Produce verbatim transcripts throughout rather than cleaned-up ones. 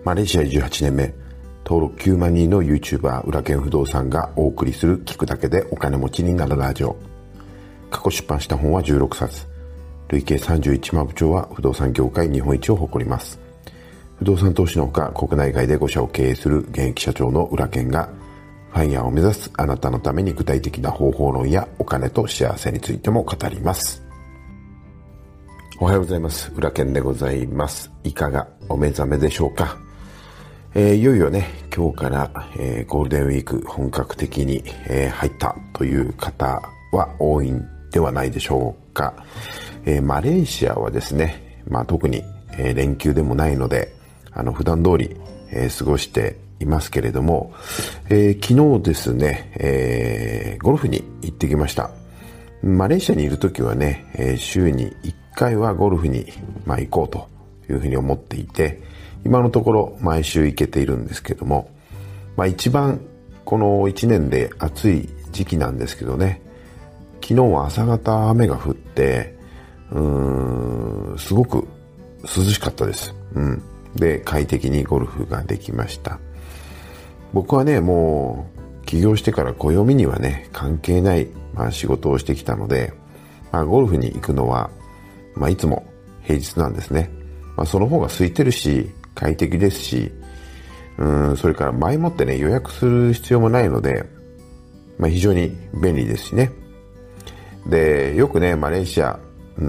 マレーシアじゅうはちねんめ、登録きゅうまんにんの YouTuber 裏剣不動産がお送りする聞くだけでお金持ちになるラジオ。過去出版した本はじゅうろくさつ、累計さんじゅういちまんぶちょうは不動産業界日本一を誇ります。不動産投資のほか国内外でご社を経営する現役社長の裏剣がファイヤーを目指すあなたのために具体的な方法論やお金と幸せについても語ります。おはようございます。裏剣でございます。いかがお目覚めでしょうか。えー、いよいよね、今日から、えー、ゴールデンウィーク本格的に、えー、入ったという方は多いんではないでしょうか。えー、マレーシアはですね、まあ特に、えー、連休でもないので、あの普段通り、えー、過ごしていますけれども、えー、昨日ですね、えー、ゴルフに行ってきました。マレーシアにいるときはね、えー、週にいっかいはゴルフに、まあ、行こうというふうに思っていて、今のところ毎週行けているんですけども、まあ、一番このいちねんで暑い時期なんですけどね、昨日は朝方雨が降って、うーん、すごく涼しかったです。うん。で、快適にゴルフができました。僕はね、もう起業してから暦にはね、関係ない、まあ、仕事をしてきたので、まあ、ゴルフに行くのは、まあ、いつも平日なんですね。まあ、その方が空いてるし、快適ですし、うん、それから前もってね、予約する必要もないので、まあ、非常に便利ですしね。で、よくね、マレーシア、うん、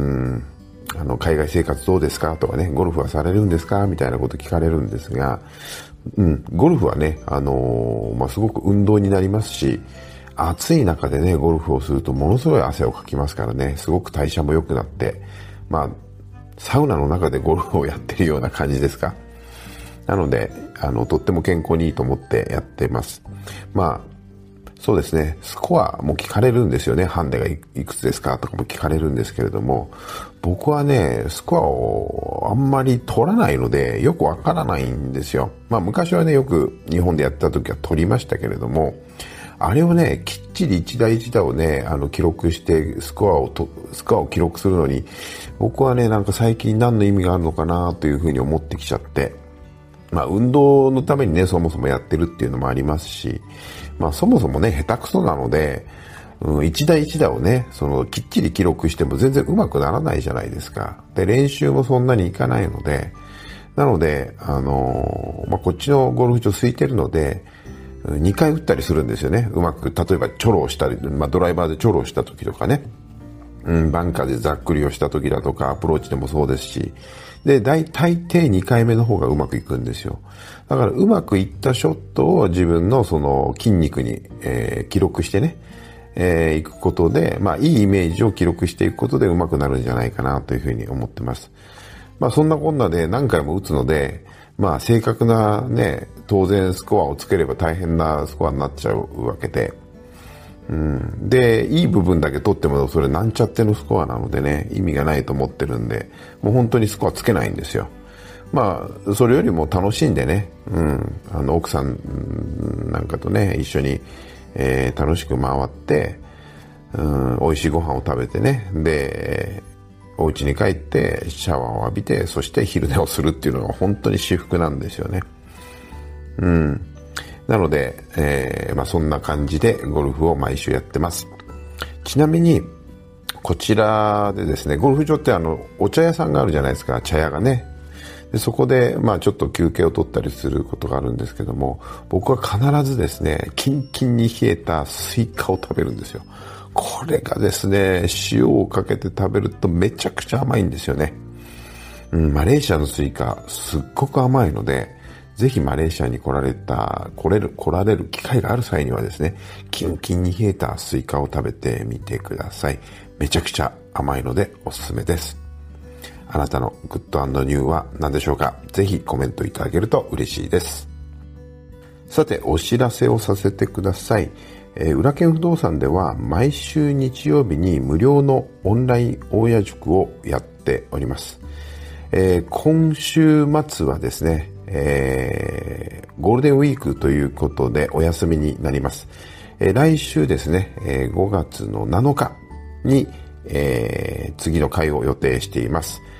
あの、海外生活どうですかとかね、ゴルフはされるんですかみたいなこと聞かれるんですが、うん、ゴルフはね、あのー、まあ、すごく運動になりますし、暑い中でね、ゴルフをするとものすごい汗をかきますからね、すごく代謝も良くなって、まあ、サウナの中でゴルフをやってるような感じですか。なので、あの、とっても健康にいいと思ってやってます。まあ、そうですね、スコアも聞かれるんですよね。ハンデが い, いくつですかとかも聞かれるんですけれども、僕はね、スコアをあんまり取らないので、よくわからないんですよ。まあ、昔はね、よく日本でやった時は取りましたけれども、あれをね、きっちり一打一打をね、あの、記録して、スコアをと、スコアを記録するのに、僕はね、なんか最近何の意味があるのかなというふうに思ってきちゃって、まあ、運動のためにね、そもそもやってるっていうのもありますし、まあ、そもそもね、下手くそなので、うん、一打一打をね、その、きっちり記録しても全然上手くならないじゃないですか。で、練習もそんなにいかないので、なので、あのー、まあ、こっちのゴルフ場空いてるので、にかい打ったりするんですよね。うまく、例えばチョロをしたり、まあ、ドライバーでチョロをした時とかね、うん、バンカーでざっくりをした時だとか、アプローチでもそうですし、で、大抵にかいめの方がうまくいくんですよ。だからうまくいったショットを自分のその筋肉に、えー、記録してね、えー、いくことで、まあいいイメージを記録していくことでうまくなるんじゃないかなというふうに思ってます。まあそんなこんなで何回も打つので、まあ正確なね、当然スコアをつければ大変なスコアになっちゃうわけで、うん、で、いい部分だけ取ってもそれなんちゃってのスコアなのでね、意味がないと思ってるんで、もう本当にスコアつけないんですよ。まあ、それよりも楽しんでね、うん、あの、奥さんなんかとね、一緒に、えー、楽しく回って、うん、美味しいご飯を食べてね、で、お家に帰ってシャワーを浴びて、そして昼寝をするっていうのが本当に至福なんですよね。うん。なので、えーまあ、そんな感じでゴルフを毎週やってます。ちなみに、こちらでですね、ゴルフ場ってあの、お茶屋さんがあるじゃないですか、茶屋がね。でそこで、まあちょっと休憩を取ったりすることがあるんですけども、僕は必ずですね、キンキンに冷えたスイカを食べるんですよ。これがですね、塩をかけて食べるとめちゃくちゃ甘いんですよね。うん、マレーシアのスイカ、すっごく甘いので、ぜひマレーシアに来られた、来れる、来られる機会がある際にはですね、キンキンに冷えたスイカを食べてみてください。めちゃくちゃ甘いのでおすすめです。あなたのグッド&ニューは何でしょうか？ぜひコメントいただけると嬉しいです。さて、お知らせをさせてください。えー、裏剣不動産では毎週日曜日に無料のオンライン大家塾をやっております。えー、今週末はですね、えー、ゴールデンウィークということでお休みになります。えー、来週ですね、えー、ごがつのなのかに、えー、次の回を予定しています。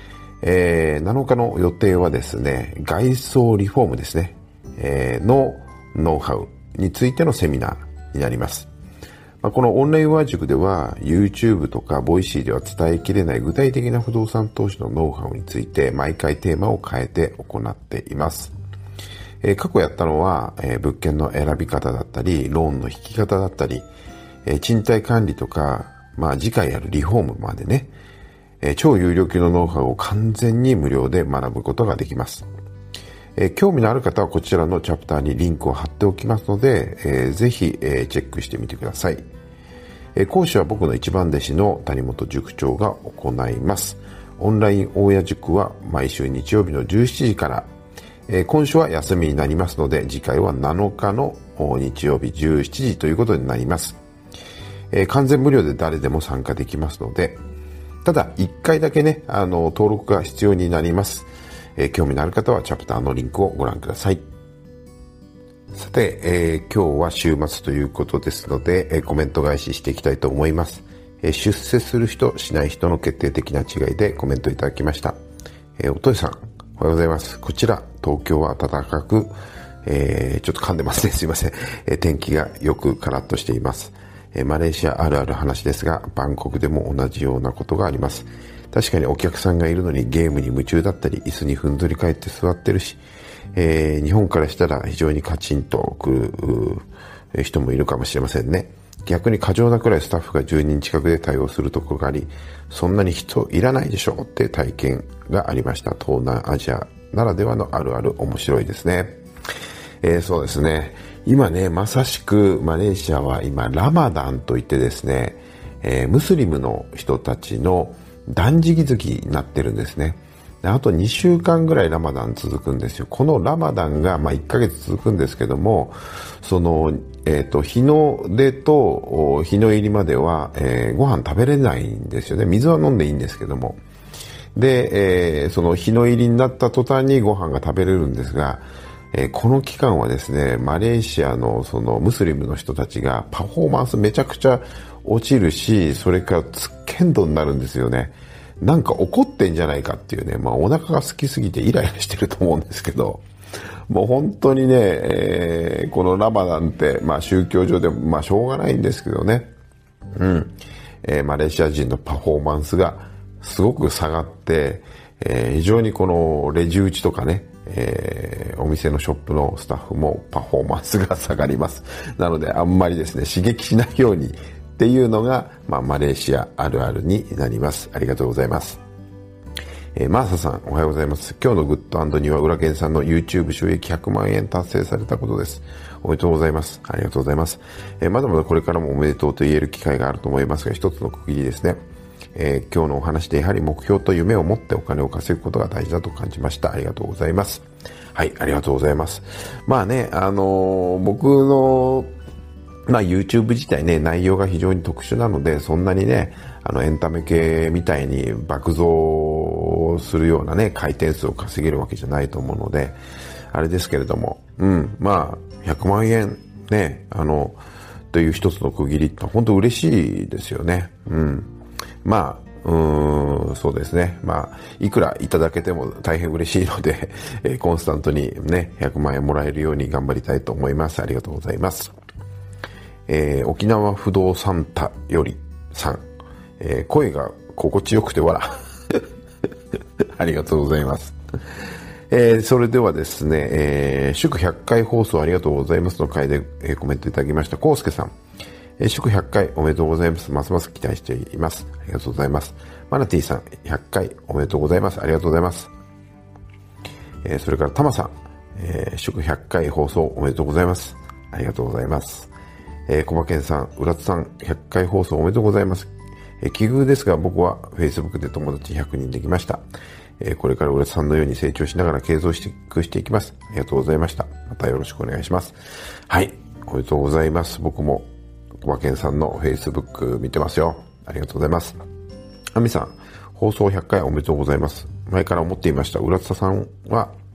えー、なのかの予定はですね、外装リフォームですね、えー、のノウハウについてのセミナーになります。まあ、このオンラインワー塾では YouTube とか ボイシー では伝えきれない具体的な不動産投資のノウハウについて毎回テーマを変えて行っています。えー、過去やったのは、えー、物件の選び方だったり、ローンの引き方だったり、えー、賃貸管理とか、まあ次回やるリフォームまでね、えー、超有料級のノウハウを完全に無料で学ぶことができます。えー、興味のある方はこちらのチャプターにリンクを貼っておきますので、えー、ぜひ、えー、チェックしてみてください。えー、講師は僕の一番弟子の谷本塾長が行います。オンライン大家塾は毎週日曜日のじゅうしちじから、えー、今週は休みになりますので、次回はなのかの日曜日じゅうしちじということになります。えー、完全無料で誰でも参加できますので、ただいっかいだけね、あの登録が必要になります。えー、興味のある方はチャプターのリンクをご覧ください。さて、えー、今日は週末ということですので、えー、コメント返ししていきたいと思います。えー、出世する人、しない人の決定的な違いでコメントいただきました。えー、おとえさん、おはようございます。こちら、東京は暖かく、えー、ちょっと噛んでますね。すいません。えー、天気がよくカラッとしています。えー、マレーシアあるある話ですが、バンコクでも同じようなことがあります。確かにお客さんがいるのにゲームに夢中だったり、椅子にふんぞり返って座ってるし、えー、日本からしたら非常にカチンとくる人もいるかもしれませんね。逆に過剰なくらいスタッフがじゅうにん近くで対応するところがあり、そんなに人いらないでしょうって体験がありました。東南アジアならではのあるある、面白いですね。えー、そうですね。今ね、まさしくマレーシアは今ラマダンといってですね、えー、ムスリムの人たちの断食月になってるんですね。あとにしゅうかんぐらいラマダン続くんですよ。このラマダンがまあいっかげつ続くんですけども、その、えっと、日の出と日の入りまでは、えー、ご飯食べれないんですよね。水は飲んでいいんですけども。で、えー、その日の入りになった途端にご飯が食べれるんですが、えー、この期間はですね、マレーシアのそのムスリムの人たちがパフォーマンスめちゃくちゃ落ちるし、それからつっけんどになるんですよね。なんか怒ってんじゃないかっていうね、まあお腹が空きすぎてイライラしてると思うんですけど、もう本当にね、えー、このラマダンって、まあ宗教上でもまあしょうがないんですけどね、うん、えー、マレーシア人のパフォーマンスがすごく下がって、えー、非常にこのレジ打ちとかね、えー、お店のショップのスタッフもパフォーマンスが下がります。なのであんまりですね、刺激しないようにっていうのが、まあ、マレーシアあるあるになります。ありがとうございます。えー、マーサさん、おはようございます。今日のグッド&ニューは浦健さんの YouTube 収益ひゃくまんえん達成されたことです。おめでとうございます。ありがとうございます。えー、まだまだこれからもおめでとうと言える機会があると思いますが、一つの区切りですね。えー、今日のお話でやはり目標と夢を持ってお金を稼ぐことが大事だと感じました。ありがとうございます。はい、ありがとうございます。まあね、あのー、僕のまあ YouTube 自体ね、内容が非常に特殊なので、そんなにね、あのエンタメ系みたいに爆増するようなね、回転数を稼げるわけじゃないと思うので、あれですけれども、うん、まあ、ひゃくまんえんね、あの、という一つの区切りって本当嬉しいですよね。うん。まあ、うーん、そうですね。まあ、いくらいただけても大変嬉しいので、えー、コンスタントにね、ひゃくまんえんもらえるように頑張りたいと思います。ありがとうございます。えー、沖縄不動産太よりさん、えー、声が心地よくて笑ありがとうございます。えー、それではですね、えー、祝ひゃっかい放送ありがとうございますの回で、えー、コメントいただきましたコウスケさん、えー、祝ひゃっかいおめでとうございます。ますます期待しています。ありがとうございます。マナティさんひゃっかいおめでとうございます。ありがとうございます。えー、それからタマさん、えー、祝ひゃっかい放送おめでとうございます。ありがとうございます。えー、小馬健さん、浦津さん、ひゃっかい放送おめでとうございます。えー、奇遇ですが、僕は Facebook で友達ひゃくにんできました。えー、これから浦津さんのように成長しながら継続していきます。ありがとうございました。またよろしくお願いします。はい、おめでとうございます。僕も小馬健さんの Facebook 見てますよ。ありがとうございます。アミさん、放送ひゃっかいおめでとうございます。前から思っていました。浦津さんは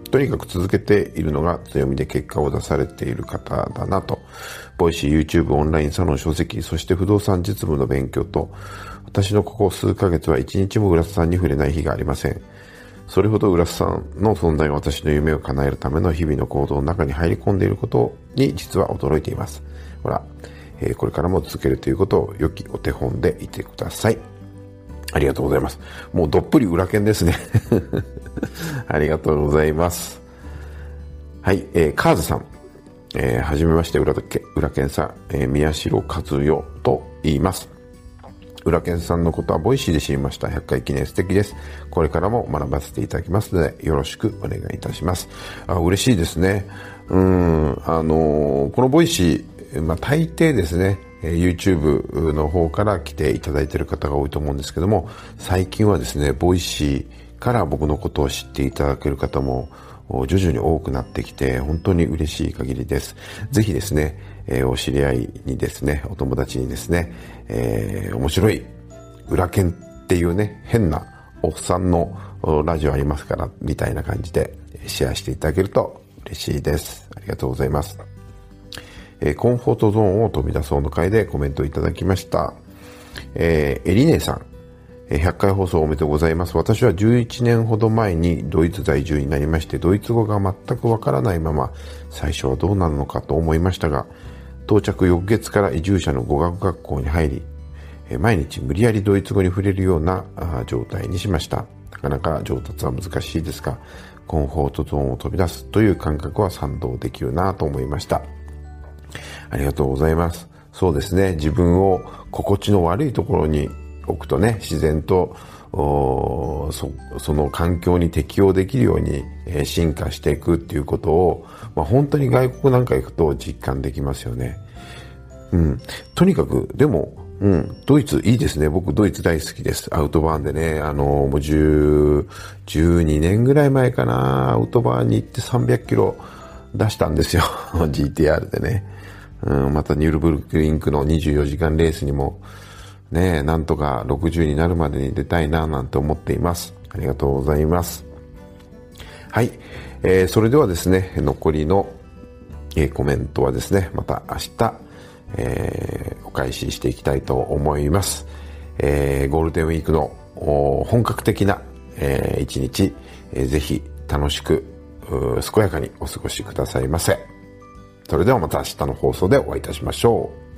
とにかく続けているのが強みで結果を出されている方だなと。ボイシー、YouTube、オンライン、サロン、書籍、そして不動産実務の勉強と、私のここ数ヶ月は一日も浦瀬さんに触れない日がありません。それほど浦瀬さんの存在が私の夢を叶えるための日々の行動の中に入り込んでいることに実は驚いています。ほら、えー、これからも続けるということを良きお手本でいてください。ありがとうございます。もうどっぷり裏剣ですね。ありがとうございます。はい、えー、カーズさん。えー、はじめまして、裏剣、裏剣さん、えー、宮代和代と言います。裏剣さんのことはボイシーで知りました。ひゃっかい記念素敵です。これからも学ばせていただきますので、よろしくお願いいたします。あ、嬉しいですね。うーん、あのー、このボイシー、まあ、大抵ですね、YouTube の方から来ていただいている方が多いと思うんですけども、最近はですね、ボイシーから僕のことを知っていただける方も徐々に多くなってきて、本当に嬉しい限りです。ぜひですね、えー、お知り合いにですね、お友達にですね、えー、面白い裏剣っていうね、変なおっさんのラジオありますから、みたいな感じでシェアしていただけると嬉しいです。ありがとうございます。えー、コンフォートゾーンを飛び出そうの回でコメントいただきました。えー、エリネさん、えー、ひゃっかい放送おめでとうございます。私はじゅういちねんほど前にドイツ在住になりまして、ドイツ語が全くわからないまま、最初はどうなるのかと思いましたが、到着翌月から移住者の語学学校に入り、えー、毎日無理やりドイツ語に触れるような状態にしました。なかなか上達は難しいですが、コンフォートゾーンを飛び出すという感覚は賛同できるなと思いました。ありがとうございます。そうですね。自分を心地の悪いところに置くとね、自然とそ, その環境に適応できるように、えー、進化していくっていうことを、まあ、本当に外国なんか行くと実感できますよね。うん。とにかく、でも、うん、ドイツいいですね。僕ドイツ大好きです。アウトバーンでね、あの、もうじゅう、じゅうにねんぐらい前かな、アウトバーンに行ってさんびゃくキロ出したんですよ。ジーティーアール でね。うん、またニュルブルクリンクのにじゅうよじかんレースにもね、なんとかろくじゅうになるまでに出たいななんて思っています。ありがとうございます。はい、えー、それではですね、残りの、えー、コメントはですね、また明日、えー、お返ししていきたいと思います。えー、ゴールデンウィークの本格的な、えー、一日、えー、ぜひ楽しく健やかにお過ごしくださいませ。それではまた明日の放送でお会いいたしましょう。